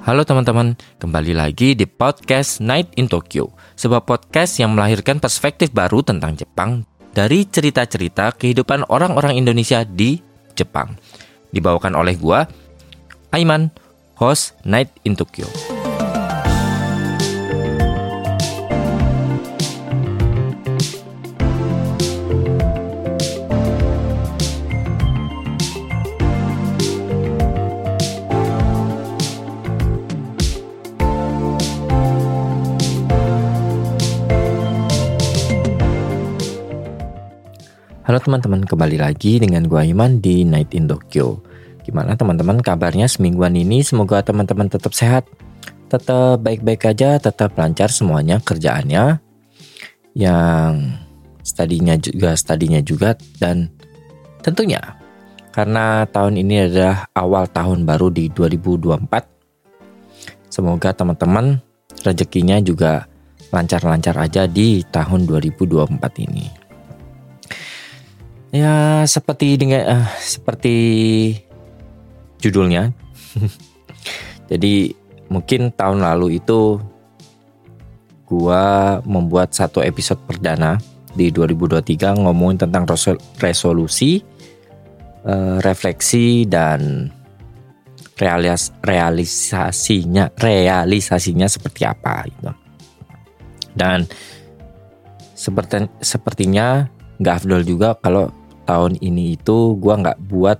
Halo teman-teman, kembali lagi di podcast Night in Tokyo, sebuah podcast yang melahirkan perspektif baru tentang Jepang dari cerita-cerita kehidupan orang-orang Indonesia di Jepang. Dibawakan oleh gua, Aiman, host Night in Tokyo. Halo teman-teman, kembali lagi dengan gua Iman di Night in Tokyo. Gimana teman-teman kabarnya semingguan ini? Semoga teman-teman tetap sehat, tetap baik-baik aja, tetap lancar semuanya kerjaannya, yang studinya juga, dan tentunya karena tahun ini adalah awal tahun baru di 2024. Semoga teman-teman rezekinya juga lancar-lancar aja di tahun 2024 ini. Ya, seperti judulnya. Jadi mungkin tahun lalu itu gua membuat satu episode perdana di 2023 ngomongin tentang resolusi, refleksi dan realisasinya seperti apa gitu. Dan sepertinya nggak afdol juga kalau tahun ini itu gue nggak buat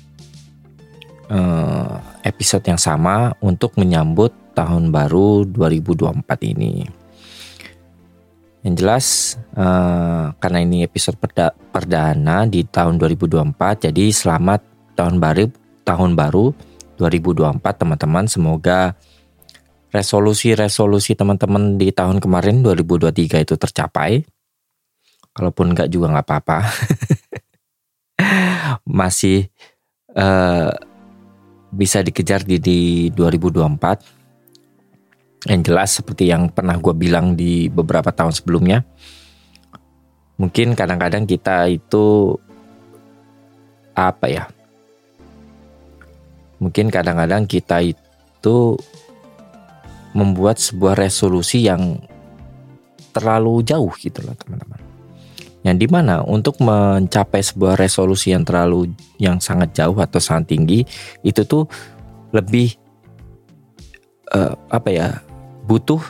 episode yang sama untuk menyambut tahun baru 2024 ini. Yang jelas karena ini episode perdana di tahun 2024, jadi selamat tahun baru 2024 teman-teman. Semoga resolusi teman-teman di tahun kemarin 2023 itu tercapai. Kalaupun enggak juga nggak apa-apa. Masih bisa dikejar di 2024. Yang jelas seperti yang pernah gue bilang di beberapa tahun sebelumnya, mungkin kadang-kadang kita itu mungkin kadang-kadang kita itu membuat sebuah resolusi yang terlalu jauh gitu loh teman-teman. Yang dimana untuk mencapai sebuah resolusi yang sangat jauh atau sangat tinggi itu tuh lebih butuh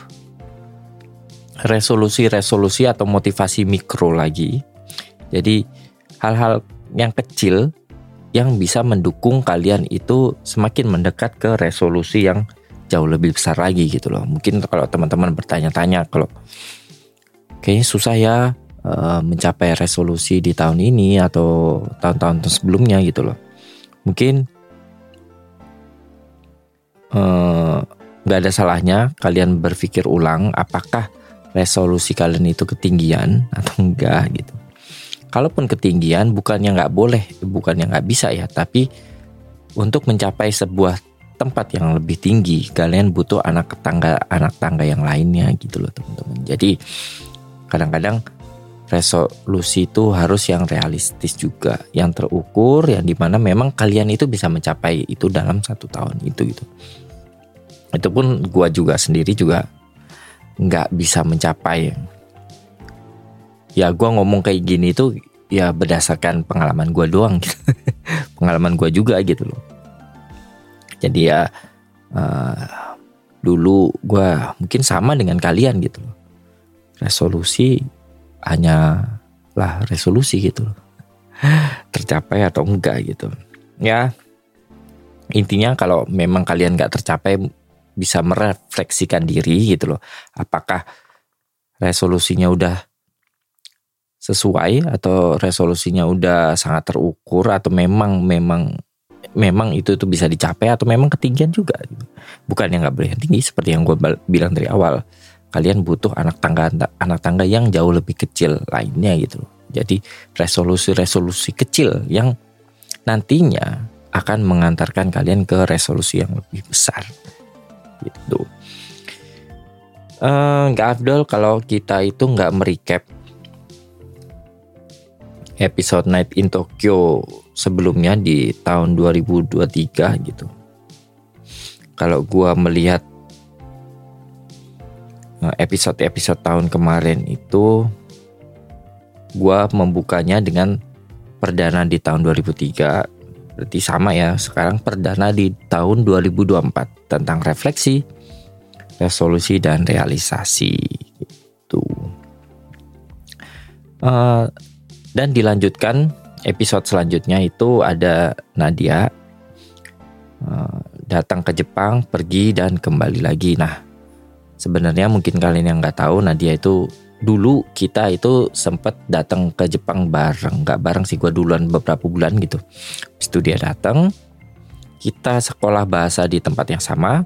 resolusi atau motivasi mikro lagi. Jadi hal-hal yang kecil yang bisa mendukung kalian itu semakin mendekat ke resolusi yang jauh lebih besar lagi gitu loh. Mungkin kalau teman-teman bertanya-tanya kalau kayaknya susah ya mencapai resolusi di tahun ini atau tahun-tahun sebelumnya gitu loh. Mungkin gak ada salahnya kalian berpikir ulang apakah resolusi kalian itu ketinggian atau enggak gitu. Kalaupun ketinggian bukannya gak boleh, bukannya gak bisa ya, tapi untuk mencapai sebuah tempat yang lebih tinggi kalian butuh anak tangga yang lainnya gitu loh teman-teman. Jadi kadang-kadang resolusi itu harus yang realistis juga, yang terukur, yang dimana memang kalian itu bisa mencapai itu dalam 1 tahun itu gitu. Itu pun gua juga sendiri juga nggak bisa mencapai. Ya gua ngomong kayak gini itu ya berdasarkan pengalaman gua doang gitu. Pengalaman gua juga gitu loh. Jadi ya dulu gua mungkin sama dengan kalian gitu loh. Resolusi hanyalah resolusi gitu loh. Tercapai atau enggak gitu. Ya intinya kalau memang kalian gak tercapai, bisa merefleksikan diri gitu loh. Apakah resolusinya udah sesuai atau resolusinya udah sangat terukur atau memang itu tuh bisa dicapai atau memang ketinggian juga gitu. Bukan yang gak boleh tinggi seperti yang gue bilang dari awal. Kalian butuh anak tangga yang jauh lebih kecil lainnya gitu. Jadi resolusi kecil yang nantinya akan mengantarkan kalian ke resolusi yang lebih besar gitu. Gak afdol kalau kita itu gak merecap episode Night in Tokyo sebelumnya di tahun 2023 gitu. kalau gue melihat episode-episode tahun kemarin itu, gue membukanya dengan perdana di tahun 2003. Berarti sama ya, sekarang perdana di tahun 2024 tentang refleksi, resolusi, dan realisasi gitu. Dan dilanjutkan episode selanjutnya itu ada Nadia datang ke Jepang, pergi dan kembali lagi. Nah, sebenarnya mungkin kalian yang nggak tahu, Nadia itu dulu kita itu sempat datang ke Jepang bareng, nggak bareng sih, gue duluan beberapa bulan gitu. Habis itu dia datang, kita sekolah bahasa di tempat yang sama.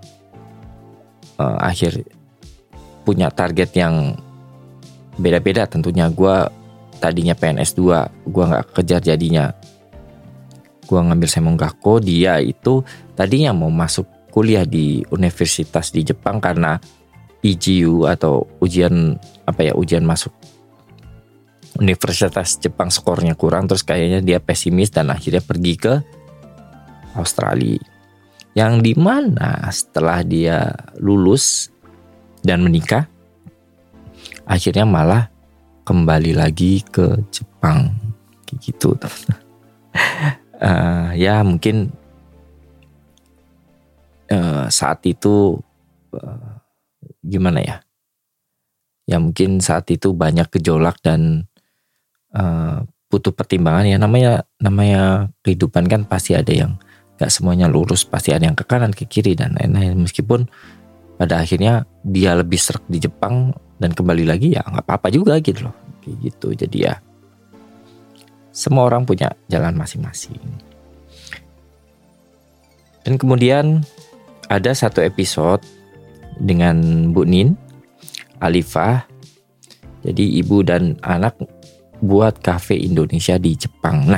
Akhir punya target yang beda-beda tentunya. Gue tadinya PNS 2, gue nggak kejar jadinya. Gue ngambil Semonggakko, dia itu tadinya mau masuk kuliah di universitas di Jepang karena IGU atau ujian masuk universitas Jepang skornya kurang, terus kayaknya dia pesimis dan akhirnya pergi ke Australia. Yang dimana setelah dia lulus dan menikah, akhirnya malah kembali lagi ke Jepang kayak gitu. Ya mungkin saat itu gimana ya? Ya mungkin saat itu banyak gejolak dan butuh pertimbangan ya. Namanya kehidupan kan pasti ada yang gak semuanya lurus, pasti ada yang ke kanan ke kiri dan lain-lain. Meskipun pada akhirnya dia lebih serak di Jepang dan kembali lagi, ya nggak apa-apa juga gitu loh, kayak gitu. Jadi ya semua orang punya jalan masing-masing. Dan kemudian ada satu episode dengan Bu Nin, Alifah. Jadi ibu dan anak buat kafe Indonesia di Jepang. Nah,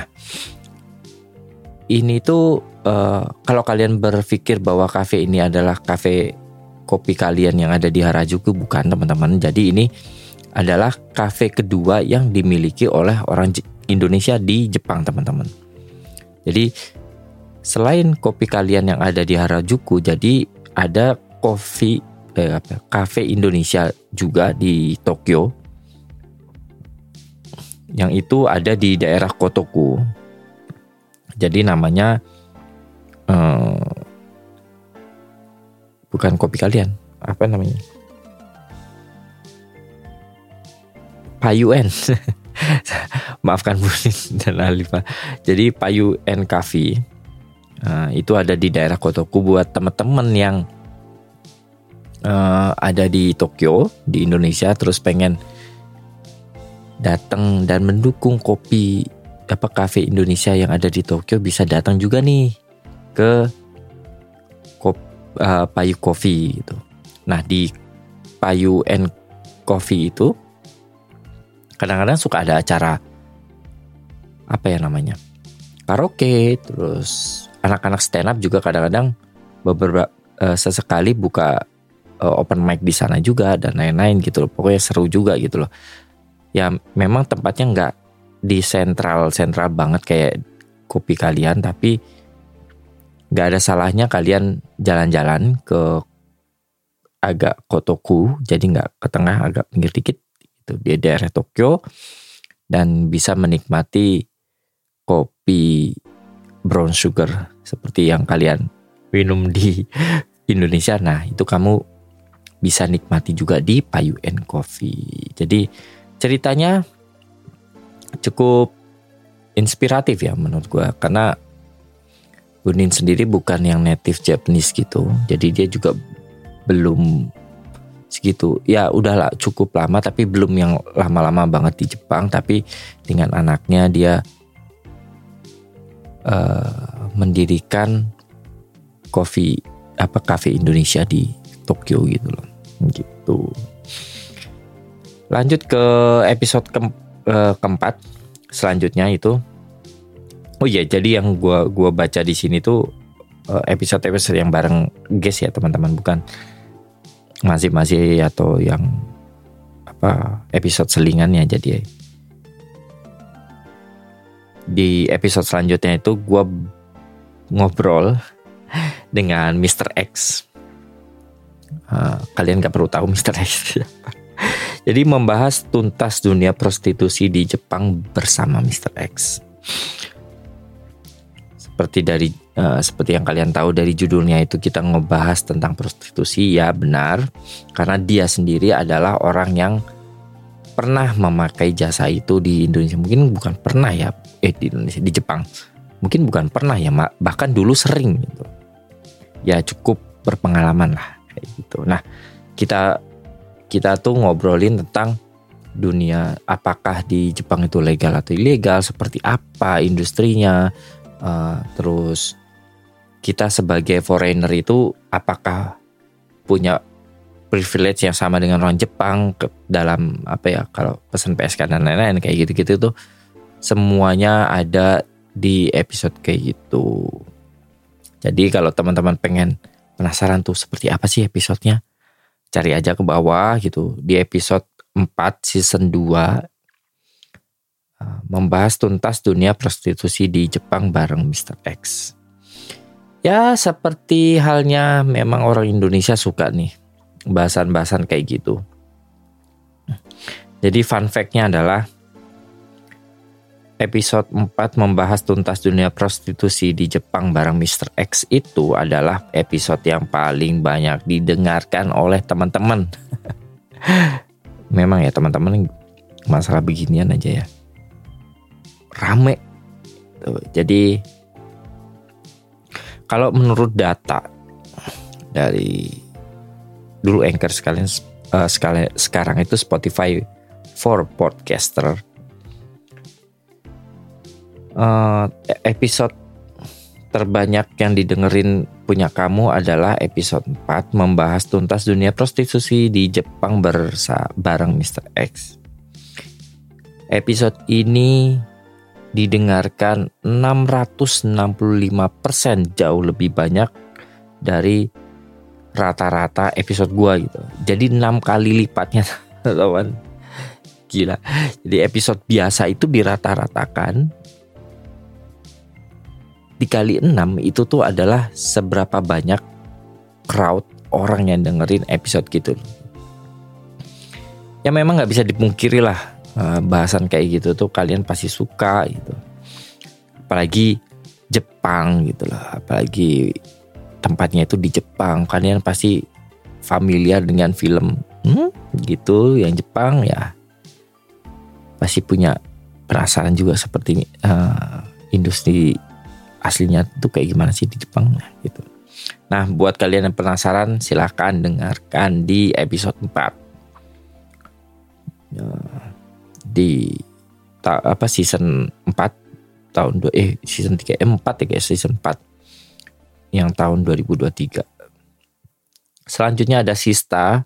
ini tuh kalau kalian berpikir bahwa kafe ini adalah kafe kopi kalian yang ada di Harajuku, bukan teman-teman. Jadi ini adalah kafe kedua yang dimiliki oleh orang Indonesia di Jepang, teman-teman. Jadi selain kopi kalian yang ada di Harajuku, jadi ada kafe Indonesia juga di Tokyo, yang itu ada di daerah Kotoku. Jadi namanya bukan kopi kalian, apa namanya? Payuen. Maafkan Bu Nin dan Alifah. Jadi Payuen Cafe itu ada di daerah Kotoku. Buat teman-teman yang ada di Tokyo, di Indonesia, terus pengen datang dan mendukung kafe Indonesia yang ada di Tokyo, bisa datang juga nih ke Payu Coffee gitu. Nah, di Payu and Coffee itu kadang-kadang suka ada acara karaoke, terus anak-anak stand up juga kadang-kadang beberapa sesekali buka open mic di sana juga dan lain-lain gitu loh. Pokoknya seru juga gitu loh. Ya memang tempatnya nggak di sentral banget kayak kopi kalian, tapi nggak ada salahnya kalian jalan-jalan ke agak Kotoku, jadi nggak ke tengah, agak pinggir dikit itu di daerah Tokyo, dan bisa menikmati kopi brown sugar seperti yang kalian minum di Indonesia. Nah, itu kamu bisa nikmati juga di Payuen Coffee. Jadi ceritanya cukup inspiratif ya menurut gue, karena Bu Nin sendiri bukan yang native Japanese gitu, jadi dia juga belum segitu. Ya udahlah cukup lama, tapi belum yang lama-lama banget di Jepang. Tapi dengan anaknya dia mendirikan kafe Indonesia di Tokyo gitu loh. Gitu. Lanjut ke episode keempat selanjutnya itu. Oh iya, jadi yang gua baca di sini tuh episode yang bareng guest ya teman-teman, bukan masih atau yang episode selingannya. Jadi di episode selanjutnya itu gua ngobrol dengan Mr. X. Kalian gak perlu tahu Mr. X. Jadi membahas tuntas dunia prostitusi di Jepang bersama Mr. X. Seperti yang kalian tahu dari judulnya itu, kita ngebahas tentang prostitusi. Ya benar, karena dia sendiri adalah orang yang pernah memakai jasa itu di Indonesia. Mungkin bukan pernah ya, di Indonesia, di Jepang. Mungkin bukan pernah ya, bahkan dulu sering gitu. Ya cukup berpengalaman lah kayak gitu. Nah, kita tuh ngobrolin tentang dunia, apakah di Jepang itu legal atau ilegal, seperti apa industrinya, terus kita sebagai foreigner itu apakah punya privilege yang sama dengan orang Jepang dalam kalau pesan PSK dan lain-lain kayak gitu-gitu tuh semuanya ada di episode kayak gitu. Jadi kalau teman-teman pengen penasaran tuh seperti apa sih episodenya, cari aja ke bawah gitu di episode 4 season 2, membahas tuntas dunia prostitusi di Jepang bareng Mr. X. Ya seperti halnya memang orang Indonesia suka nih bahasan-bahasan kayak gitu. Jadi fun fact-nya adalah episode 4 membahas tuntas dunia prostitusi di Jepang bareng Mr. X itu adalah episode yang paling banyak didengarkan oleh teman-teman. Memang ya teman-teman, masalah beginian aja ya rame. Jadi kalau menurut data dari dulu Anchor sekarang itu Spotify for podcaster, episode terbanyak yang didengerin punya kamu adalah episode 4 membahas tuntas dunia prostitusi di Jepang bareng Mr. X. Episode ini didengarkan 665%, jauh lebih banyak dari rata-rata episode gua gitu. Jadi 6 kali lipatnya, teman. Gila. Jadi episode biasa itu dirata-ratakan dikali 6 itu tuh adalah seberapa banyak crowd orang yang dengerin episode gitu. Ya memang nggak bisa dipungkiri lah, bahasan kayak gitu tuh kalian pasti suka gitu. Apalagi Jepang gitu lah, apalagi tempatnya itu di Jepang, kalian pasti familiar dengan film gitu yang Jepang ya. Pasti punya penasaran juga seperti industri aslinya itu kayak gimana sih di Jepang gitu. Nah, buat kalian yang penasaran silakan dengarkan di episode 4. Di season 4 tahun season 3 4 ya guys, season 4 yang tahun 2023. Selanjutnya ada Sista,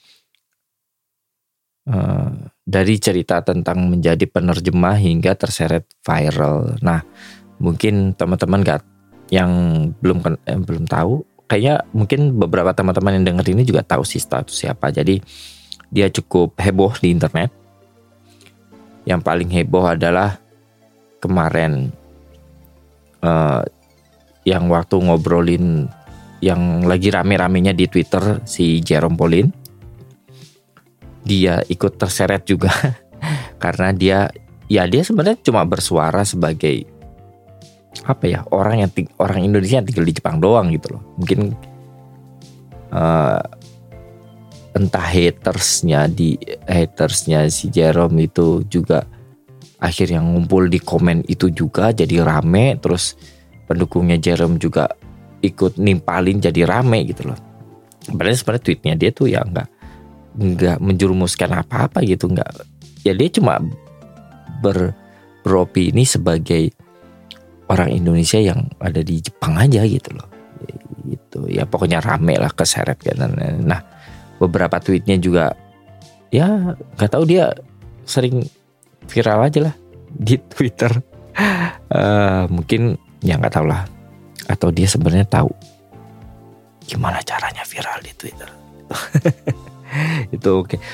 dari cerita tentang menjadi penerjemah hingga terseret viral. Nah, mungkin teman-teman yang belum tahu, kayaknya mungkin beberapa teman-teman yang denger ini juga tahu Sista itu siapa. Jadi dia cukup heboh di internet. Yang paling heboh adalah kemarin yang waktu ngobrolin yang lagi rame-ramenya di Twitter, si Jerome Pauline, dia ikut terseret juga karena dia sebenarnya cuma bersuara sebagai orang Indonesia yang tinggal di Jepang doang gitu loh. Mungkin entah hatersnya si Jerome itu juga akhirnya ngumpul di komen itu juga jadi rame, terus pendukungnya Jerome juga ikut nimpalin jadi rame gitu loh. Padahal sebenarnya tweetnya dia tuh ya nggak menjerumuskan apa-apa gitu, ya dia cuma beropini sebagai orang Indonesia yang ada di Jepang aja gitu loh. Gitu ya, pokoknya rame lah, keseret kan. Nah, beberapa tweetnya juga ya nggak tahu, dia sering viral aja lah di Twitter. Mungkin ya nggak tahu lah, atau dia sebenarnya tahu gimana caranya viral di Twitter. Itu oke.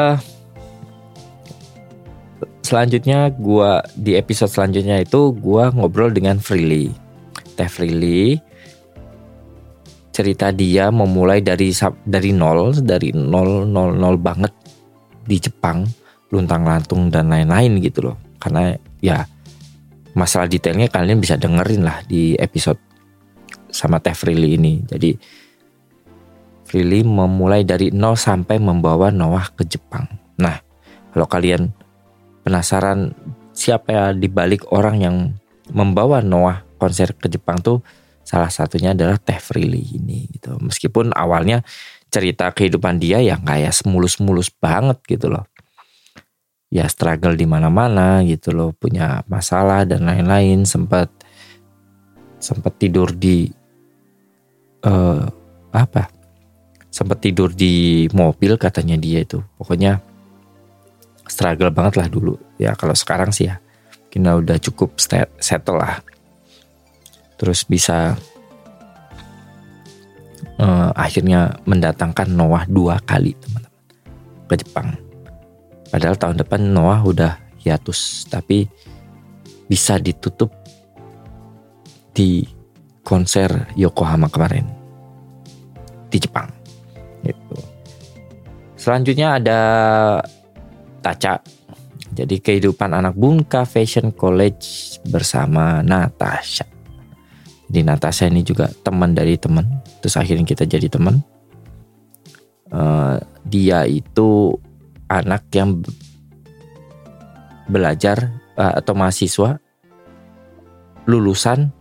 Selanjutnya di episode selanjutnya itu gua ngobrol dengan Freely, Teh Freely. cerita dia memulai dari nol banget di Jepang, luntang-lantung dan lain-lain gitu loh. Karena ya masalah detailnya kalian bisa dengerin lah di episode sama Teh Freely ini. Jadi Freely memulai dari nol sampai membawa Noah ke Jepang. Nah, kalau kalian penasaran siapa ya di balik orang yang membawa Noah konser ke Jepang tuh, salah satunya adalah Teh Freely ini gitu. Meskipun awalnya cerita kehidupan dia ya kayak semulus-mulus banget gitu loh. Ya struggle di mana-mana gitu loh, punya masalah dan lain-lain, sempat tidur di sempat tidur di mobil katanya dia itu. Pokoknya struggle banget lah dulu. Ya kalau sekarang sih ya kita udah cukup settle lah. Terus bisa akhirnya mendatangkan Noah 2 kali teman-teman ke Jepang. Padahal tahun depan Noah udah hiatus, tapi bisa ditutup di konser Yokohama kemarin di Jepang. Gitu. Selanjutnya ada Tacha. Jadi kehidupan anak Bunka Fashion College bersama Natasha. Jadi Natasha ini juga teman dari teman. Terus akhirnya kita jadi teman. Dia itu anak yang belajar atau mahasiswa lulusan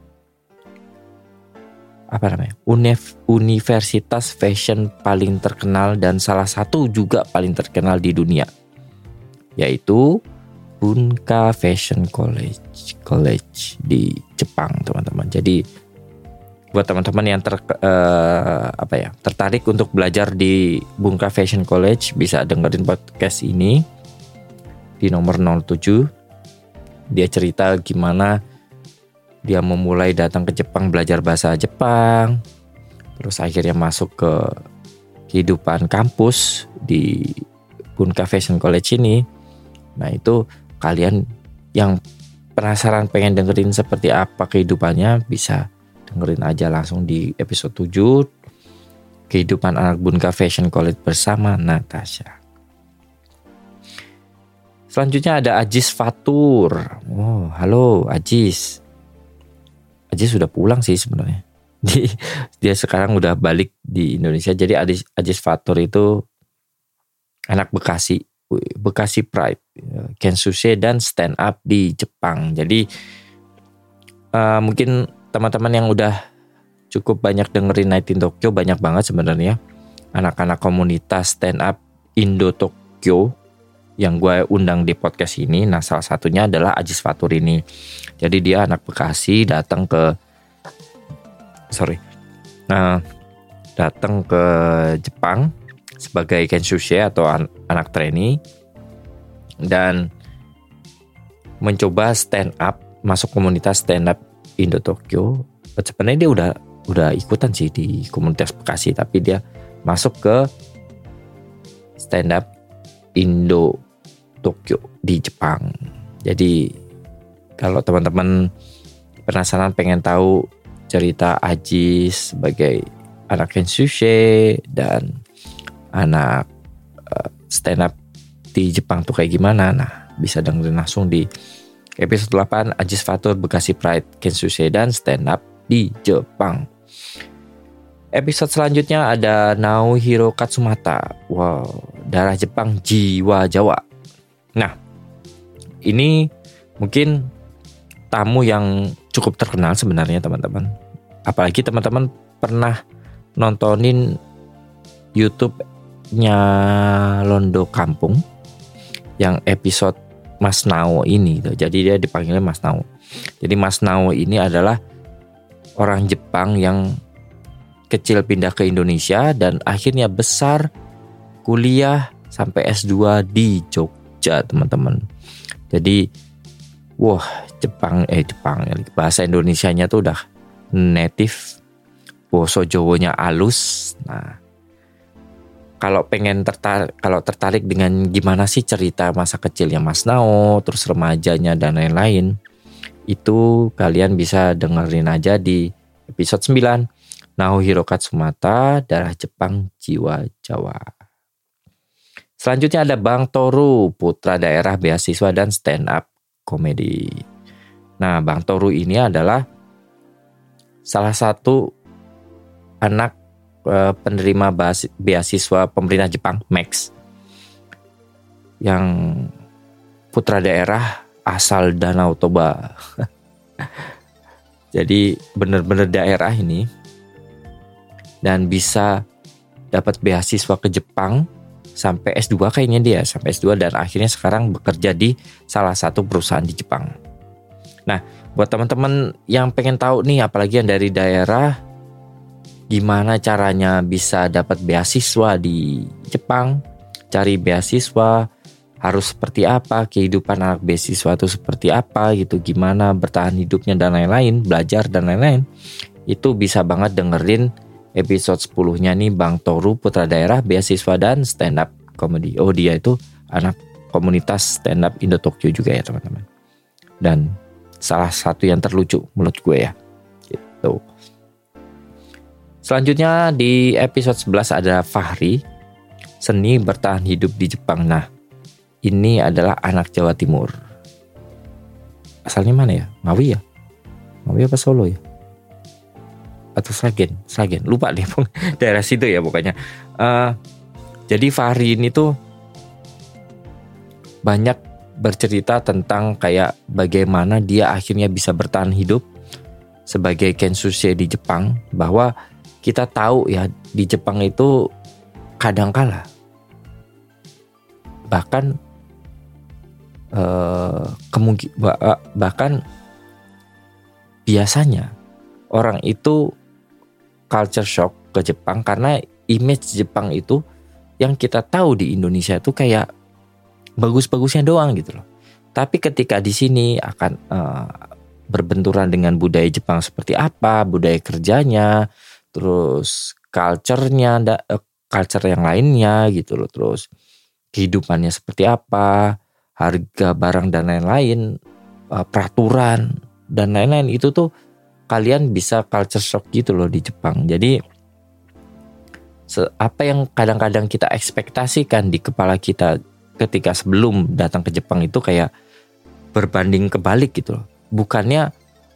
universitas fashion paling terkenal dan salah satu juga paling terkenal di dunia, yaitu Bunka Fashion College di Jepang, teman-teman. Jadi buat teman-teman yang tertarik untuk belajar di Bunka Fashion College, bisa dengerin podcast ini di nomor 07. Dia cerita gimana dia memulai datang ke Jepang belajar bahasa Jepang, terus akhirnya masuk ke kehidupan kampus di Bunka Fashion College ini. Nah itu kalian yang penasaran pengen dengerin seperti apa kehidupannya, bisa dengerin aja langsung di episode 7 kehidupan anak Bunka Fashion College bersama Natasha. Selanjutnya ada Ajis Fatur. Oh, halo Ajis. Ajis sudah pulang sih sebenarnya. Dia sekarang udah balik di Indonesia. Jadi Ajis Fatur itu anak Bekasi Pride, Kensuke dan stand up di Jepang. Jadi mungkin teman-teman yang udah cukup banyak dengerin Night in Tokyo, banyak banget sebenarnya anak-anak komunitas stand up Indo Tokyo yang gue undang di podcast ini. Nah salah satunya adalah Ajis Fatur ini. Jadi dia anak Bekasi datang ke Jepang sebagai Kensuke atau anak trainee dan mencoba stand up, masuk komunitas stand up Indo Tokyo. Sebenarnya dia udah ikutan sih di komunitas Bekasi, tapi dia masuk ke stand up Indo Tokyo di Jepang. Jadi kalau teman-teman penasaran pengen tahu cerita Ajis sebagai anak Kensuke dan anak stand up di Jepang tuh kayak gimana, nah bisa dengerin langsung di episode 8 Ajis Fatur Bekasi Pride, Kensuke dan stand up di Jepang. Episode selanjutnya ada Naohiro Katsumata. Wow, darah Jepang jiwa Jawa. Nah ini mungkin tamu yang cukup terkenal sebenarnya teman-teman. Apalagi teman-teman pernah nontonin YouTube-nya Londo Kampung yang episode Mas Nao ini. Jadi dia dipanggilnya Mas Nao. Jadi Mas Nao ini adalah orang Jepang yang kecil pindah ke Indonesia dan akhirnya besar kuliah sampai S2 di Jogja, teman-teman. Jadi wah, Jepang bahasa Indonesianya tuh udah native, basa Jawanya alus. Nah, kalau tertarik dengan gimana sih cerita masa kecilnya Mas Nao, terus remajanya dan lain-lain, itu kalian bisa dengerin aja di episode 9 Naohiro Katsumata, darah Jepang, jiwa Jawa. Selanjutnya ada Bang Toru, putra daerah, beasiswa, dan stand up komedi. Nah, Bang Toru ini adalah salah satu anak penerima beasiswa pemerintah Jepang, Max, yang putra daerah asal Danau Toba. Jadi benar-benar daerah ini, dan bisa dapat beasiswa ke Jepang sampai S2 kayaknya dia, sampai S2, dan akhirnya sekarang bekerja di salah satu perusahaan di Jepang. Nah, buat teman-teman yang pengen tahu nih, apalagi yang dari daerah, gimana caranya bisa dapat beasiswa di Jepang, cari beasiswa harus seperti apa, kehidupan anak beasiswa itu seperti apa gitu, gimana bertahan hidupnya dan lain-lain, belajar dan lain-lain, itu bisa banget dengerin episode 10-nya nih, Bang Toru, putra daerah, beasiswa, dan stand up comedy. Oh, dia itu anak komunitas stand up Indo Tokyo juga ya teman-teman. Dan salah satu yang terlucu menurut gue ya. Gitu. Selanjutnya di episode 11 ada Fahri, seni bertahan hidup di Jepang. Nah, ini adalah anak Jawa Timur. Asalnya mana ya? Ngawi ya? Ngawi apa Solo ya? Atau Sragen, lupa deh, daerah situ ya pokoknya. Jadi Fahri ini tuh banyak bercerita tentang kayak bagaimana dia akhirnya bisa bertahan hidup sebagai kensuke di Jepang, bahwa kita tahu ya di Jepang itu kadangkala bahkan bahkan biasanya orang itu culture shock ke Jepang karena image Jepang itu yang kita tahu di Indonesia itu kayak bagus-bagusnya doang gitu loh. Tapi ketika di sini akan berbenturan dengan budaya Jepang seperti apa, budaya kerjanya, terus culture-nya, culture yang lainnya gitu loh, terus kehidupannya seperti apa, harga barang dan lain-lain, peraturan dan lain-lain, itu tuh kalian bisa culture shock gitu loh di Jepang. Jadi apa yang kadang-kadang kita ekspektasikan di kepala kita ketika sebelum datang ke Jepang itu kayak berbanding kebalik gitu loh. Bukannya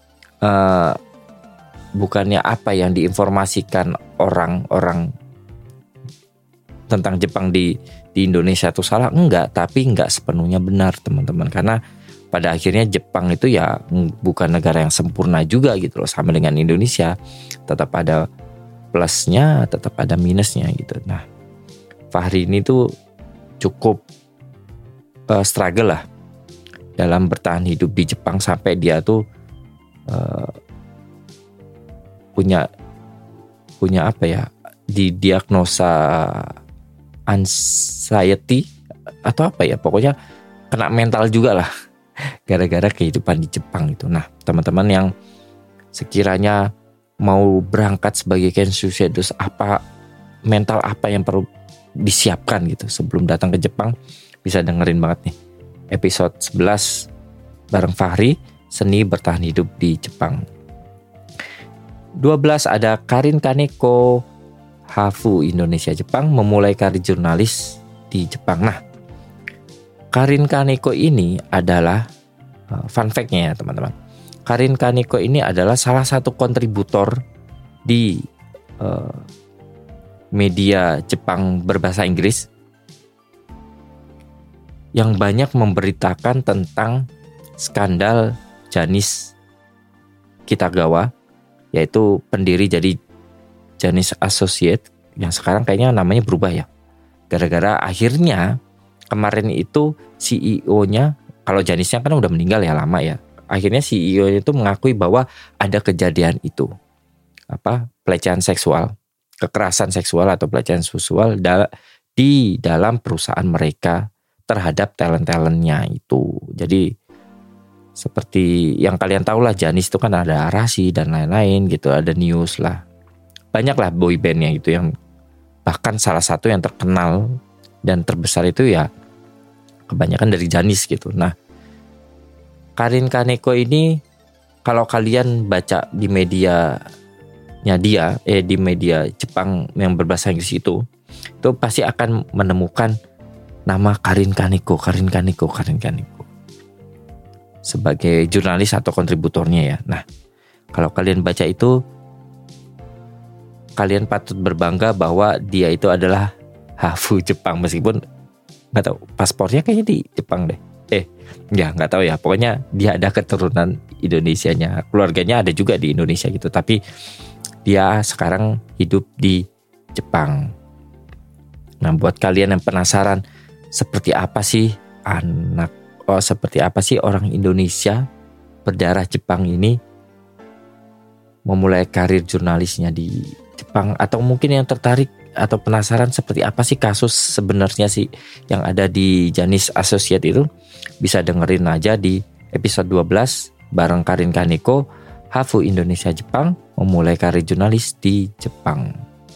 apa yang diinformasikan orang-orang tentang Jepang di Indonesia itu salah, enggak, tapi enggak sepenuhnya benar teman-teman, karena pada akhirnya Jepang itu ya bukan negara yang sempurna juga gitu loh, sama dengan Indonesia, tetap ada plusnya, tetap ada minusnya gitu. Nah, Fahri ini tuh cukup struggle lah dalam bertahan hidup di Jepang sampai dia tuh punya apa ya, didiagnosa anxiety atau apa ya, pokoknya kena mental juga lah gara-gara kehidupan di Jepang itu. Nah, teman-teman yang sekiranya mau berangkat sebagai kensuke, terus mental apa yang perlu disiapkan gitu sebelum datang ke Jepang, bisa dengerin banget nih episode 11 bareng Fahri, seni bertahan hidup di Jepang. 12 ada Karin Kaneko, Hafu, Indonesia Jepang, memulai karir jurnalis di Jepang. Nah, Karin Kaneko ini adalah fun fact-nya ya teman-teman. Karin Kaneko ini adalah salah satu kontributor di media Jepang berbahasa Inggris yang banyak memberitakan tentang skandal Janis Kitagawa, yaitu pendiri jadi Janis Associate yang sekarang kayaknya namanya berubah ya. Gara-gara akhirnya kemarin itu CEO-nya, kalau Janisnya kan udah meninggal ya lama ya. Akhirnya CEO-nya itu mengakui bahwa ada kejadian itu. Pelecehan seksual, kekerasan seksual atau pelecehan seksual di dalam perusahaan mereka terhadap talent-talentnya itu. Jadi seperti yang kalian tahu lah, Janis itu kan ada Arashi dan lain-lain gitu, ada News lah. Banyak lah boy bandnya gitu, yang bahkan salah satu yang terkenal dan terbesar itu ya kebanyakan dari Janis gitu. Nah, Karin Kaneko ini kalau kalian baca di media dia di media Jepang yang berbahasa Inggris itu pasti akan menemukan nama Karin Kaneko sebagai jurnalis atau kontributornya ya. Nah, kalau kalian baca itu, kalian patut berbangga bahwa dia itu adalah hafu Jepang, meskipun nggak tahu paspornya kayaknya di Jepang deh. Ya nggak tahu ya. Pokoknya dia ada keturunan Indonesianya, keluarganya ada juga di Indonesia gitu. Tapi dia sekarang hidup di Jepang. Nah, buat kalian yang penasaran seperti apa sih orang Indonesia berdarah Jepang ini memulai karir jurnalisnya di Jepang, atau mungkin yang tertarik atau penasaran seperti apa sih kasus sebenarnya sih yang ada di Janis Associate itu, bisa dengerin aja di episode 12 bareng Karin Kaneko, Hafu Indonesia Jepang, memulai karir jurnalis di Jepang.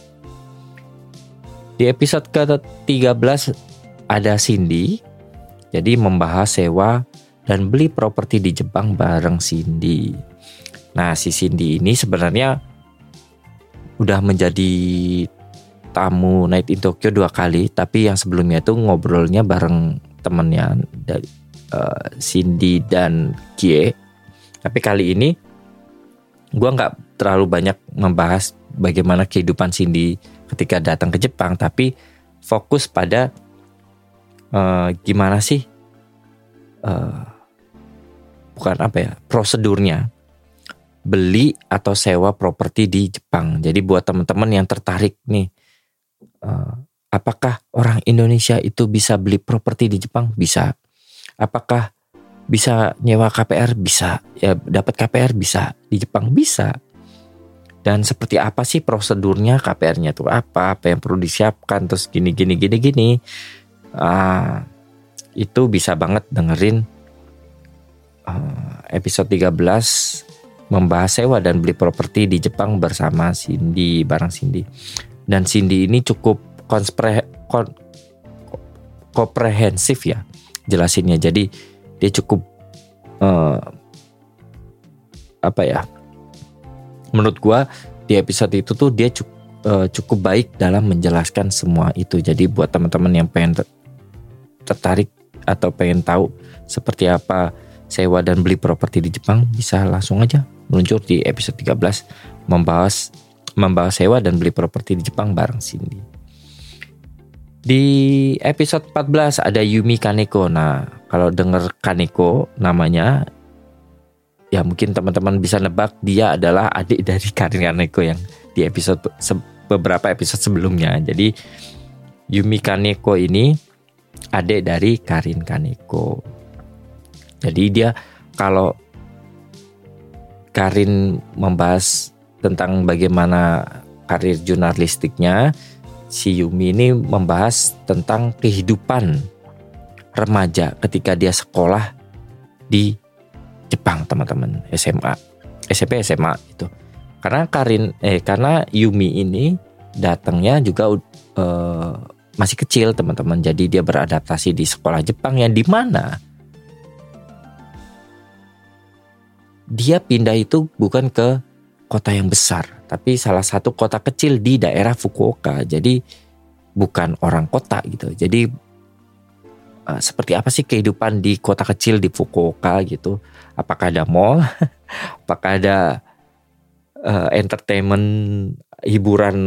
Di episode ke-13 ada Cindy, jadi membahas sewa dan beli properti di Jepang bareng Cindy. Nah, si Cindy ini sebenarnya udah menjadi tamu Night in Tokyo 2 kali, tapi yang sebelumnya itu ngobrolnya bareng temennya dari Cindy dan Kie. Tapi kali ini gue nggak terlalu banyak membahas bagaimana kehidupan Cindy ketika datang ke Jepang, tapi fokus pada gimana sih prosedurnya beli atau sewa properti di Jepang. Jadi buat teman-teman yang tertarik nih, apakah orang Indonesia itu bisa beli properti di Jepang? Bisa. Apakah bisa nyewa KPR? Bisa. Ya, dapat KPR bisa di Jepang? Bisa. Dan seperti apa sih prosedurnya, KPR-nya tuh apa yang perlu disiapkan, terus gini. Itu bisa banget dengerin episode 13 membahas sewa dan beli properti di Jepang bersama Cindy, bareng Cindy. Dan Cindy ini cukup komprehensif ya jelasinnya. Jadi dia cukup menurut gua di episode itu tuh dia cukup baik dalam menjelaskan semua itu. Jadi buat teman-teman yang pengen tertarik atau pengen tahu seperti apa sewa dan beli properti di Jepang, bisa langsung aja meluncur di episode 13 membahas sewa dan beli properti di Jepang bareng Cindy. Di episode 14 ada Yumi Kaneko. Nah, kalau denger Kaneko namanya, ya mungkin teman-teman bisa nebak dia adalah adik dari Karin Kaneko yang di beberapa episode sebelumnya. Jadi Yumi Kaneko ini adik dari Karin Kaneko. Jadi dia, kalau Karin membahas tentang bagaimana karir jurnalistiknya, si Yumi ini membahas tentang kehidupan remaja ketika dia sekolah di Jepang, teman-teman, SMP SMA itu. Karena Yumi ini datangnya juga masih kecil, teman-teman. Jadi dia beradaptasi di sekolah Jepang yang dimana dia pindah itu bukan ke kota yang besar, tapi salah satu kota kecil di daerah Fukuoka. Jadi bukan orang kota gitu. Jadi seperti apa sih kehidupan di kota kecil di Fukuoka gitu? Apakah ada mall? Apakah ada entertainment, hiburan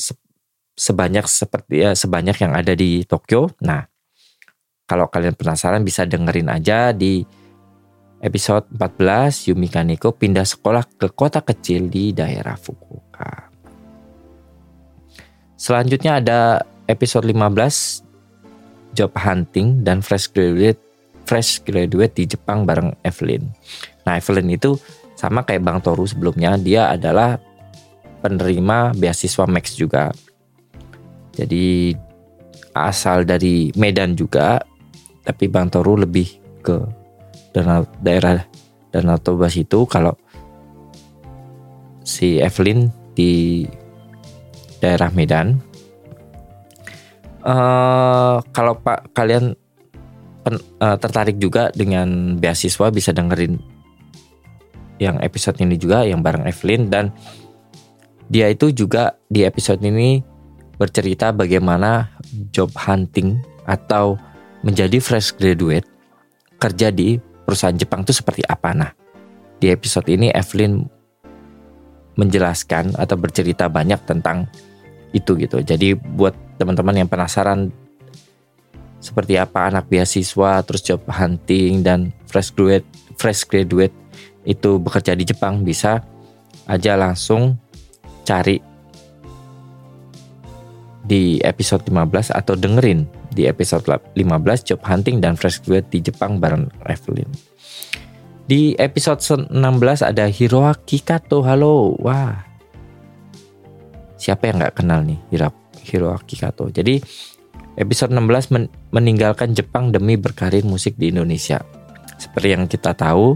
sebanyak yang ada di Tokyo? Nah, kalau kalian penasaran bisa dengerin aja di episode 14, Yumi Kaneko pindah sekolah ke kota kecil di daerah Fukuoka. Selanjutnya ada episode 15, Job Hunting dan Fresh Graduate di Jepang bareng Evelyn. Nah, Evelyn itu sama kayak Bang Toru sebelumnya, dia adalah penerima beasiswa Max juga. Jadi asal dari Medan juga, tapi Bang Toru lebih ke daerah Danau Toba situ. Kalau si Evelyn di daerah Medan. Kalau kalian tertarik juga dengan beasiswa, bisa dengerin yang episode ini juga yang bareng Evelyn. Dan Dia itu juga di episode ini bercerita bagaimana job hunting atau menjadi fresh graduate kerja di perusahaan Jepang itu seperti apa. Nah, di episode ini Evelyn menjelaskan atau bercerita banyak tentang itu gitu. Jadi buat teman-teman yang penasaran seperti apa anak beasiswa, terus job hunting dan fresh graduate itu bekerja di Jepang, bisa aja langsung cari di episode 15 atau dengerin di episode 15 job hunting dan fresh graduate di Jepang bareng Evelyn. Di episode 16 ada Hiroaki Kato. Halo, wah, siapa yang gak kenal nih Hiroaki Kato. Jadi episode 16 meninggalkan Jepang demi berkarir musik di Indonesia. Seperti yang kita tahu,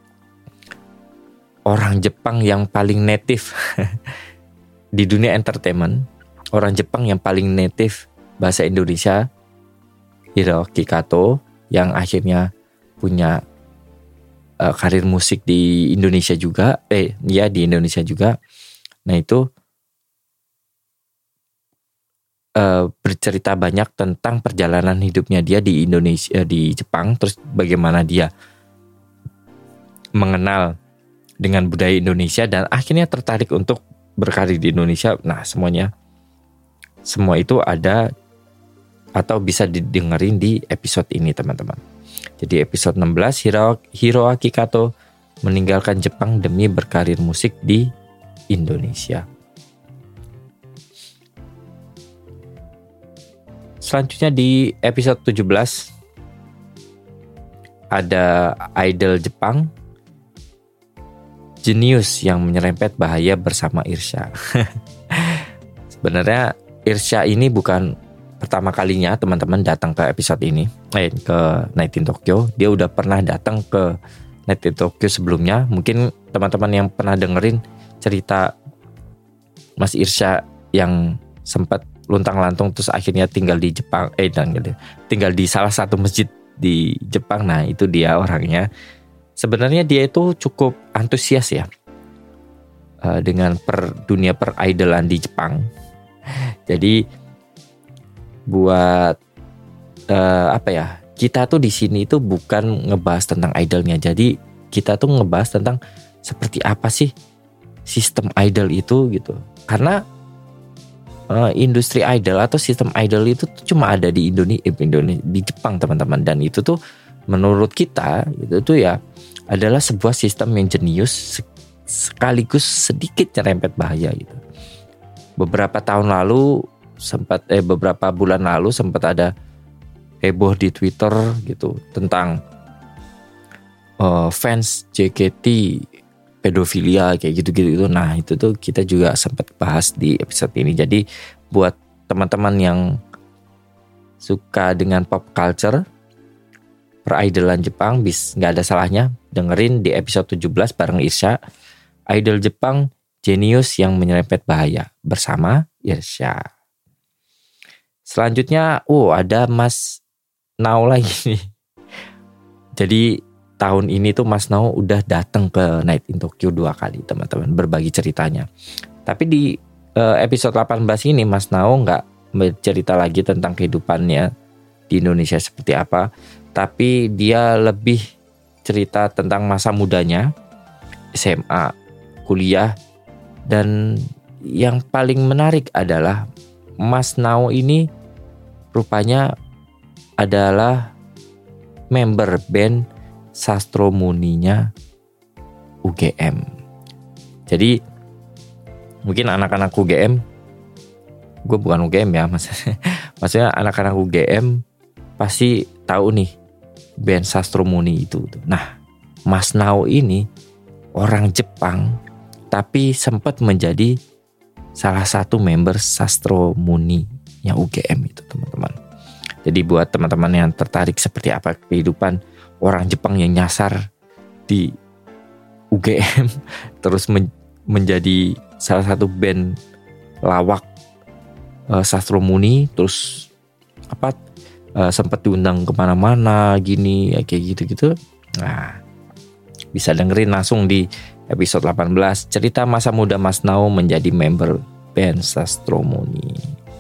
orang Jepang yang paling native di dunia entertainment, orang Jepang yang paling native bahasa Indonesia, Hiroaki Kato, yang akhirnya punya karir musik di Indonesia juga, di Indonesia juga. Nah itu bercerita banyak tentang perjalanan hidupnya dia di Indonesia, di Jepang, terus bagaimana dia mengenal dengan budaya Indonesia dan akhirnya tertarik untuk berkarir di Indonesia. Nah semua itu ada atau bisa didengerin di episode ini teman-teman. Jadi episode 16 Hiroaki Kato meninggalkan Jepang demi berkarir musik di Indonesia. Selanjutnya di episode 17 ada idol Jepang jenius yang menyerempet bahaya bersama Irsya. Sebenarnya Irsya ini bukan pertama kalinya teman-teman datang ke episode ini, ke Night in Tokyo. Dia udah pernah datang ke Night in Tokyo sebelumnya. Mungkin teman-teman yang pernah dengerin cerita Mas Irsya yang sempat luntang-lantung terus akhirnya tinggal di Jepang, tinggal di salah satu masjid di Jepang. Nah itu dia orangnya. Sebenarnya dia itu cukup antusias ya dengan dunia peridolan di Jepang. Jadi buat kita tuh di sini tuh bukan ngebahas tentang idolnya. Jadi kita tuh ngebahas tentang seperti apa sih sistem idol itu gitu. Karena industri idol atau sistem idol itu tuh cuma ada di Indonesia, di Jepang teman-teman. Dan itu tuh menurut kita itu tuh ya adalah sebuah sistem yang jenius sekaligus sedikit nyerempet bahaya gitu. Beberapa bulan lalu sempat ada heboh di Twitter gitu tentang fans JKT pedofilia kayak gitu-gitu. Nah itu tuh kita juga sempat bahas di episode ini. Jadi buat teman-teman yang suka dengan pop culture peridolan Jepang, nggak ada salahnya dengerin di episode 17 bareng Irsya, idol Jepang jenius yang menyerempet bahaya bersama Irsya. Selanjutnya ada Mas Nao lagi nih. Jadi tahun ini tuh Mas Nao udah datang ke Night in Tokyo 2 kali teman-teman, berbagi ceritanya. Tapi di episode 18 ini Mas Nao nggak bercerita lagi tentang kehidupannya di Indonesia seperti apa, tapi dia lebih cerita tentang masa mudanya, SMA, kuliah, dan yang paling menarik adalah Mas Nao ini rupanya adalah member band Sastro Muninya UGM. Jadi mungkin anak-anak UGM, gue bukan UGM ya maksudnya anak-anak UGM pasti tahu nih band Sastro Muni itu. Nah Mas Nao ini orang Jepang tapi sempat menjadi salah satu member Sastro Muni yang UGM itu teman-teman. Jadi buat teman-teman yang tertarik seperti apa kehidupan orang Jepang yang nyasar di UGM terus menjadi salah satu band lawak Sastro Muni, terus sempat diundang kemana-mana gini ya, kayak gitu-gitu. Nah bisa dengerin langsung di Episode 18, cerita masa muda Mas Nau menjadi member band Sastromuni.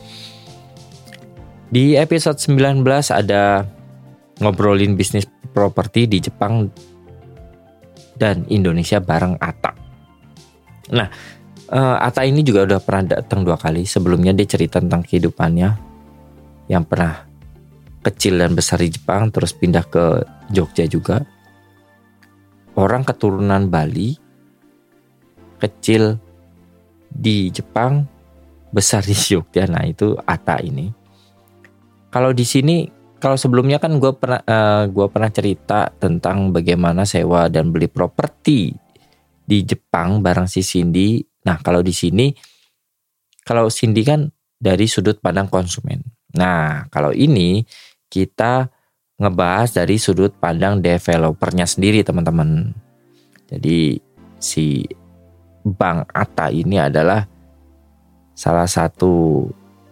Di episode 19 ada ngobrolin bisnis properti di Jepang dan Indonesia bareng Ata. Nah, Ata ini juga udah pernah datang 2 kali. Sebelumnya dia cerita tentang kehidupannya yang pernah kecil dan besar di Jepang, terus pindah ke Jogja juga. Orang keturunan Bali, kecil di Jepang, besar di Jogja. Nah, itu Ata ini. Kalau di sini, kalau sebelumnya kan gue pernah cerita tentang bagaimana sewa dan beli properti di Jepang bareng si Cindy. Nah, kalau di sini, kalau Cindy kan dari sudut pandang konsumen. Nah, kalau ini kita ngebahas dari sudut pandang developernya sendiri, teman-teman. Jadi si Bang Ata ini adalah salah satu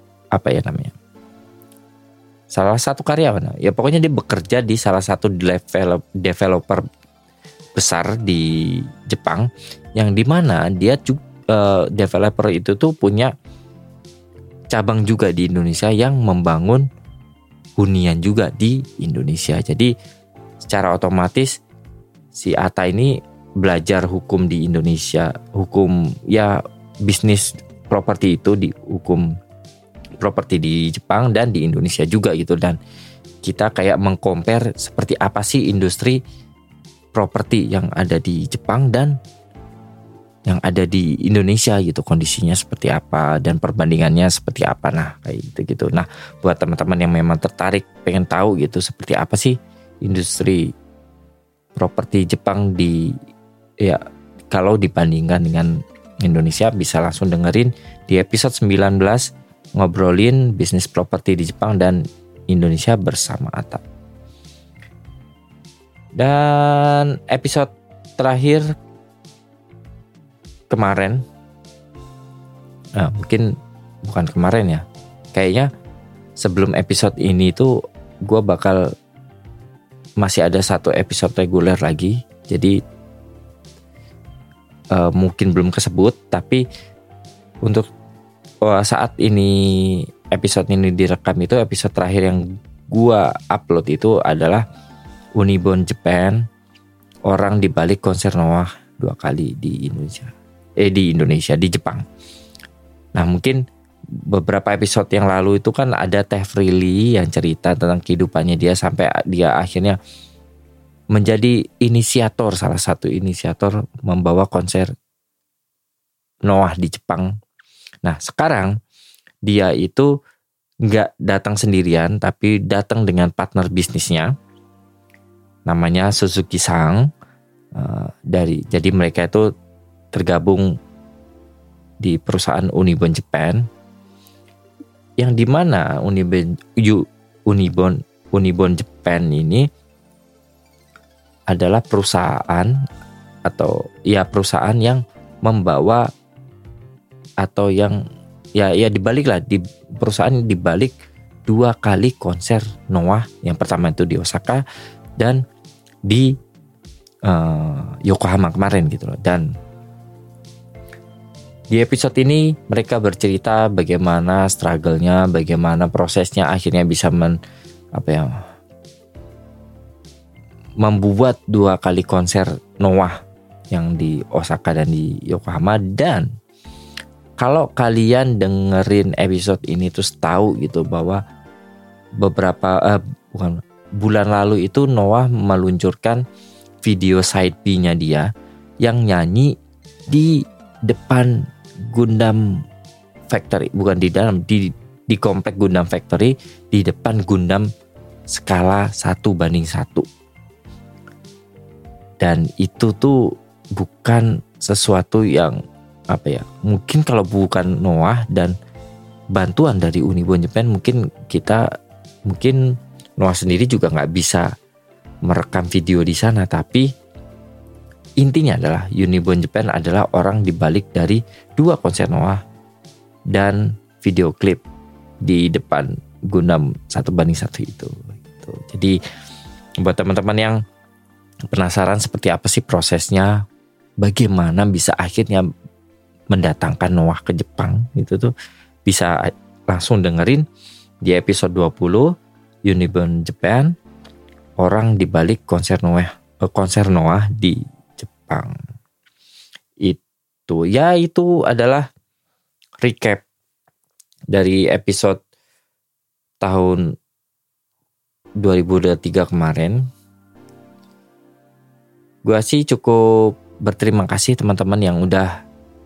salah satu karyawan. Ya pokoknya dia bekerja di salah satu developer besar di Jepang, yang dimana dia developer itu tuh punya cabang juga di Indonesia yang membangun hunian juga di Indonesia. Jadi secara otomatis si Ata ini belajar hukum di Indonesia, hukum ya bisnis properti itu, di hukum properti di Jepang dan di Indonesia juga gitu. Dan kita kayak mengcompare seperti apa sih industri properti yang ada di Jepang dan yang ada di Indonesia gitu, kondisinya seperti apa dan perbandingannya seperti apa. Nah kayak gitu. Nah buat teman-teman yang memang tertarik pengen tahu gitu seperti apa sih industri properti Jepang kalau dibandingkan dengan Indonesia, bisa langsung dengerin di episode 19 ngobrolin bisnis properti di Jepang dan Indonesia bersama Ata. Dan episode terakhir kemarin, mungkin bukan kemarin ya, kayaknya sebelum episode ini tuh gue bakal masih ada 1 episode reguler lagi. Jadi mungkin belum kesebut, tapi untuk saat ini episode ini direkam itu episode terakhir yang gue upload itu adalah Unibon Japan, orang dibalik konser Noah 2 kali di Jepang. Nah mungkin beberapa episode yang lalu itu kan ada Teh Frilly yang cerita tentang kehidupannya dia sampai dia akhirnya menjadi salah satu inisiator membawa konser Noah di Jepang. Nah sekarang dia itu nggak datang sendirian, tapi datang dengan partner bisnisnya, namanya Suzuki Sang. Jadi mereka itu tergabung di perusahaan Unibon Japan, yang dimana Unibon Japan ini adalah perusahaan yang membawa atau yang di perusahaan dibalik 2 kali konser Noah. Yang pertama itu di Osaka dan di Yokohama kemarin gitu loh. Dan di episode ini mereka bercerita bagaimana struggle-nya, bagaimana prosesnya akhirnya bisa membuat 2 kali konser Noah yang di Osaka dan di Yokohama. Dan kalau kalian dengerin episode ini terus tahu gitu bahwa bulan lalu itu Noah meluncurkan video side B-nya dia yang nyanyi di depan Gundam Factory, bukan di dalam, di komplek Gundam Factory, di depan Gundam skala 1:1. Dan itu tuh bukan sesuatu yang mungkin kalau bukan Noah dan bantuan dari Unibon Japan, mungkin Noah sendiri juga nggak bisa merekam video di sana. Tapi intinya adalah Unibon Japan adalah orang dibalik dari 2 konser Noah dan video klip di depan Gundam 1:1 itu. Jadi buat teman-teman yang penasaran seperti apa sih prosesnya bagaimana bisa akhirnya mendatangkan Noah ke Jepang, itu tuh bisa langsung dengerin di episode 20 Uniborn Japan, orang dibalik konser Noah di Jepang. Itu adalah recap dari episode tahun 2023 kemarin. Gua sih cukup berterima kasih teman-teman yang udah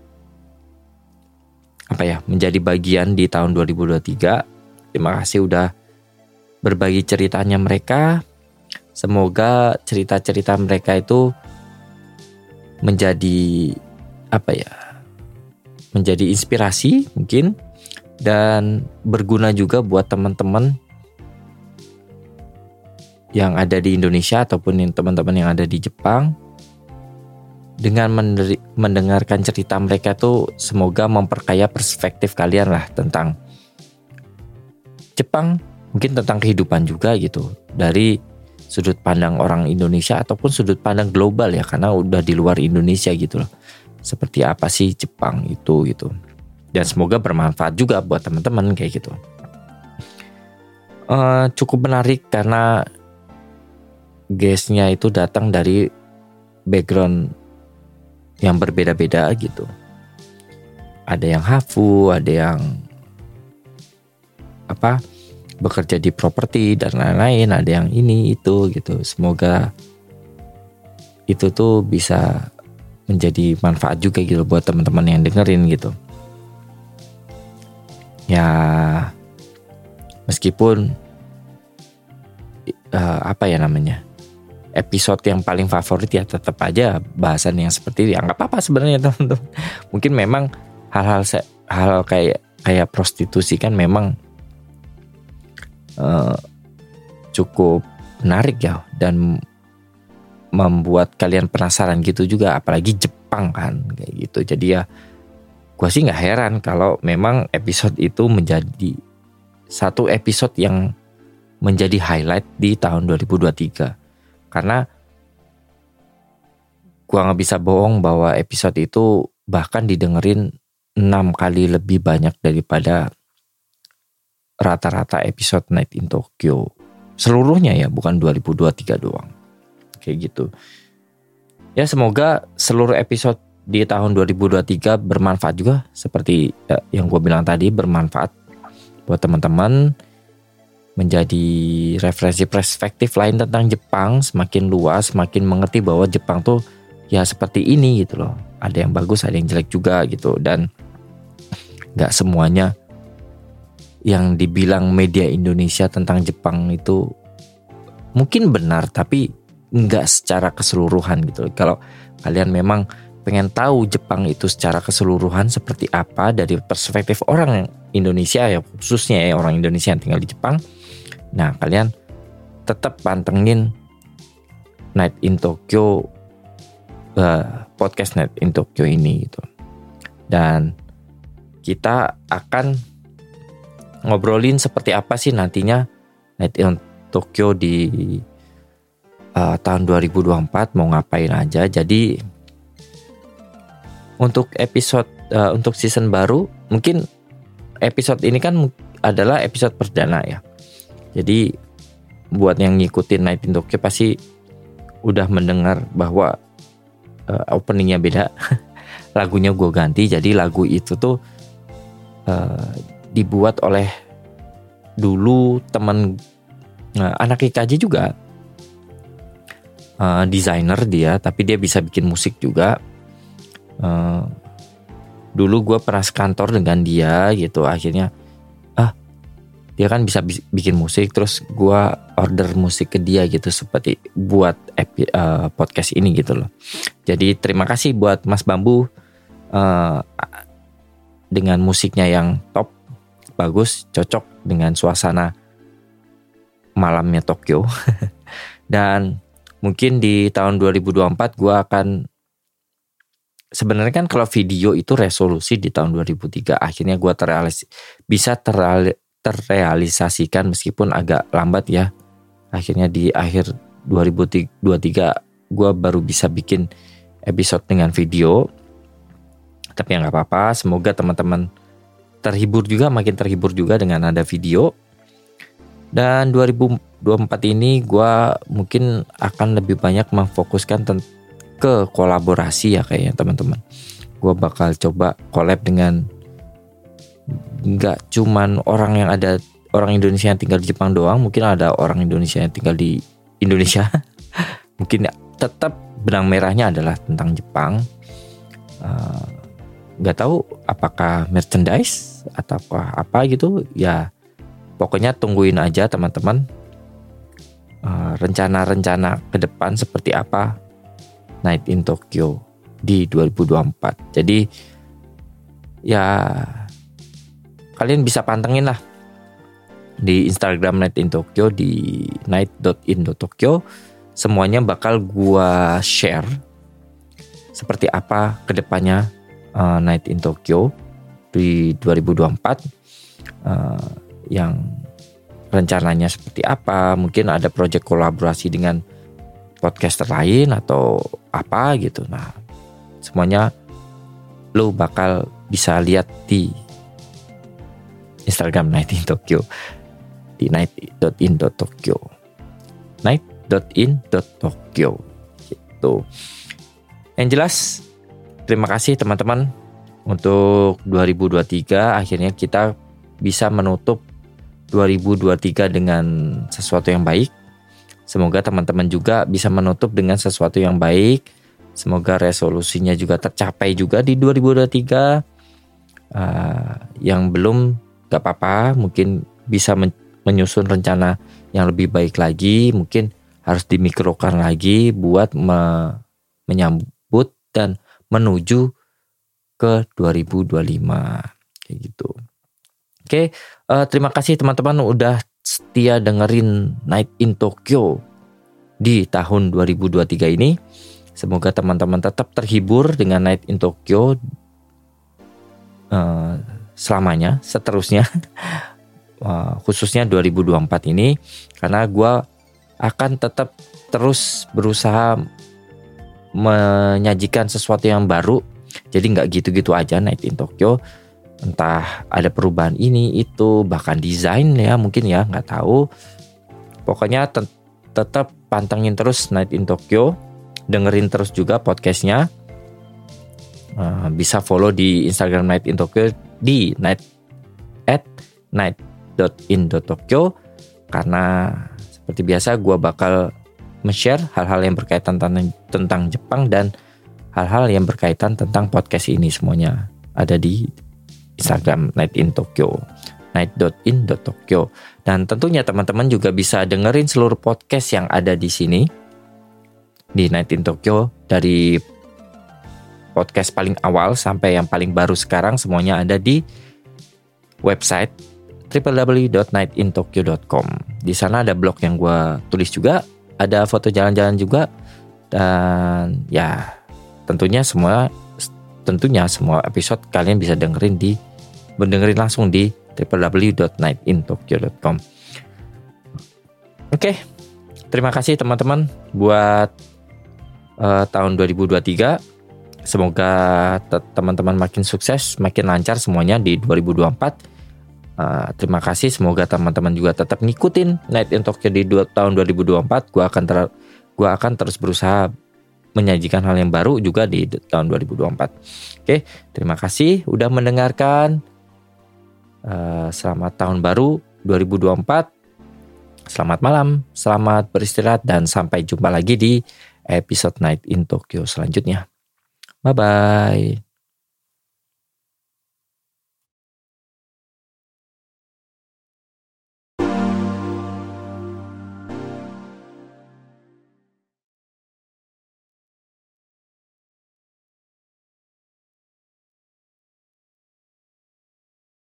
menjadi bagian di tahun 2023. Terima kasih udah berbagi ceritanya mereka. Semoga cerita-cerita mereka itu menjadi menjadi inspirasi mungkin, dan berguna juga buat teman-teman yang ada di Indonesia ataupun teman-teman yang ada di Jepang. Dengan mendengarkan cerita mereka tuh semoga memperkaya perspektif kalian lah tentang Jepang, mungkin tentang kehidupan juga gitu, dari sudut pandang orang Indonesia ataupun sudut pandang global ya, karena udah di luar Indonesia gitu loh. Seperti apa sih Jepang itu gitu. Dan semoga bermanfaat juga buat teman-teman kayak gitu. Cukup menarik karena guestnya itu datang dari background yang berbeda-beda gitu. Ada yang hafu, ada yang bekerja di properti dan lain-lain, ada yang ini itu gitu. Semoga itu tuh bisa menjadi manfaat juga gitu buat teman-teman yang dengerin gitu. Ya meskipun episode yang paling favorit ya tetap aja bahasan yang seperti itu. Ya nggak apa-apa sebenarnya teman-teman. Mungkin memang hal kayak prostitusi kan memang cukup menarik ya, dan membuat kalian penasaran gitu juga, apalagi Jepang kan kayak gitu. Jadi ya gue sih nggak heran kalau memang episode itu menjadi satu episode yang menjadi highlight di tahun 2023. Karena gua nggak bisa bohong bahwa episode itu bahkan didengerin 6 kali lebih banyak daripada rata-rata episode Night in Tokyo seluruhnya ya, bukan 2023 doang. Kayak gitu. Ya semoga seluruh episode di tahun 2023 bermanfaat juga, seperti yang gue bilang tadi, bermanfaat buat teman-teman, menjadi referensi perspektif lain tentang Jepang, semakin luas, semakin mengerti bahwa Jepang tuh ya seperti ini gitu loh. Ada yang bagus, ada yang jelek juga gitu, dan gak semuanya yang dibilang media Indonesia tentang Jepang itu mungkin benar, tapi gak secara keseluruhan gitu. Kalau kalian memang pengen tahu Jepang itu secara keseluruhan seperti apa dari perspektif orang Indonesia ya, khususnya ya orang Indonesia yang tinggal di Jepang, nah kalian tetap pantengin Night in Tokyo, podcast Night in Tokyo ini gitu. Dan kita akan ngobrolin seperti apa sih nantinya Night in Tokyo di tahun 2024, mau ngapain aja. Jadi untuk episode untuk season baru, mungkin episode ini kan adalah episode perdana ya. Jadi buat yang ngikutin Night in Tokyo pasti udah mendengar bahwa openingnya beda. Lagunya gue ganti. Jadi lagu itu tuh dibuat oleh dulu teman anak IKJ juga, desainer dia, tapi dia bisa bikin musik juga. Dulu gue pernah sekantor dengan dia gitu. Akhirnya dia kan bisa bikin musik, terus gue order musik ke dia gitu, seperti buat podcast ini gitu loh. Jadi terima kasih buat Mas Bambu dengan musiknya yang top, bagus, cocok dengan suasana malamnya Tokyo. Dan mungkin di tahun 2024 gue akan, sebenarnya kan kalau video itu resolusi di tahun 2003, akhirnya gue bisa terrealisasikan meskipun agak lambat ya. Akhirnya di akhir 2023 gue baru bisa bikin episode dengan video. Tapi ya nggak apa-apa, semoga teman-teman makin terhibur juga dengan ada video. Dan 2024 ini gue mungkin akan lebih banyak memfokuskan ke kolaborasi ya kayaknya teman-teman. Gue bakal coba collab dengan nggak cuman orang Indonesia yang tinggal di Jepang doang, mungkin ada orang Indonesia yang tinggal di Indonesia. Mungkin tetap benang merahnya adalah tentang Jepang. Nggak tahu apakah merchandise atau apa gitu ya, pokoknya tungguin aja teman-teman rencana-rencana ke depan seperti apa Night in Tokyo di 2024. Jadi ya kalian bisa pantengin lah di Instagram Night in Tokyo di night.in.tokyo. Semuanya bakal gua share seperti apa ke depannya Night in Tokyo di 2024, yang rencananya seperti apa, mungkin ada proyek kolaborasi dengan podcaster lain atau apa gitu. Nah, semuanya lo bakal bisa lihat di Instagram Night in Tokyo di night.in.tokyo night.in.tokyo gitu. Yang jelas terima kasih teman-teman, untuk 2023 akhirnya kita bisa menutup 2023 dengan sesuatu yang baik. Semoga teman-teman juga bisa menutup dengan sesuatu yang baik. Semoga resolusinya juga tercapai juga di 2023. Yang belum gak apa-apa, mungkin bisa menyusun rencana yang lebih baik lagi. Mungkin harus dimikrokan lagi buat menyambut dan menuju ke 2025 kayak gitu. Oke, terima kasih teman-teman udah setia dengerin Night in Tokyo di tahun 2023 ini. Semoga teman-teman tetap terhibur dengan Night in Tokyo selamanya, seterusnya. Khususnya 2024 ini, karena gue akan tetap terus berusaha menyajikan sesuatu yang baru. Jadi gak gitu-gitu aja Night in Tokyo. Entah ada perubahan ini, itu, bahkan desain ya mungkin ya, gak tahu. Pokoknya tetap pantengin terus Night in Tokyo. Dengerin terus juga podcastnya. Bisa follow di Instagram Night in Tokyo di night.in.tokyo. Karena seperti biasa gue bakal share hal-hal yang berkaitan tentang Jepang dan hal-hal yang berkaitan tentang podcast ini. Semuanya ada di Instagram Night in Tokyo, night.in.tokyo. Dan tentunya teman-teman juga bisa dengerin seluruh podcast yang ada di sini di Night in Tokyo, dari podcast paling awal sampai yang paling baru sekarang. Semuanya ada di website www.nightintokyo.com. Di sana ada blog yang gue tulis juga, ada foto jalan-jalan juga, dan ya tentunya semua episode kalian bisa dengerin langsung di www.nightintokyo.com. Oke, terima kasih teman-teman buat tahun 2023. Semoga teman-teman makin sukses, makin lancar semuanya di 2024. Terima kasih, semoga teman-teman juga tetap ngikutin Night in Tokyo di tahun 2024. Gua akan terus berusaha menyajikan hal yang baru juga di tahun 2024. Oke, terima kasih udah mendengarkan. Selamat tahun baru 2024. Selamat malam, selamat beristirahat, dan sampai jumpa lagi di episode Night in Tokyo selanjutnya. Bye-bye.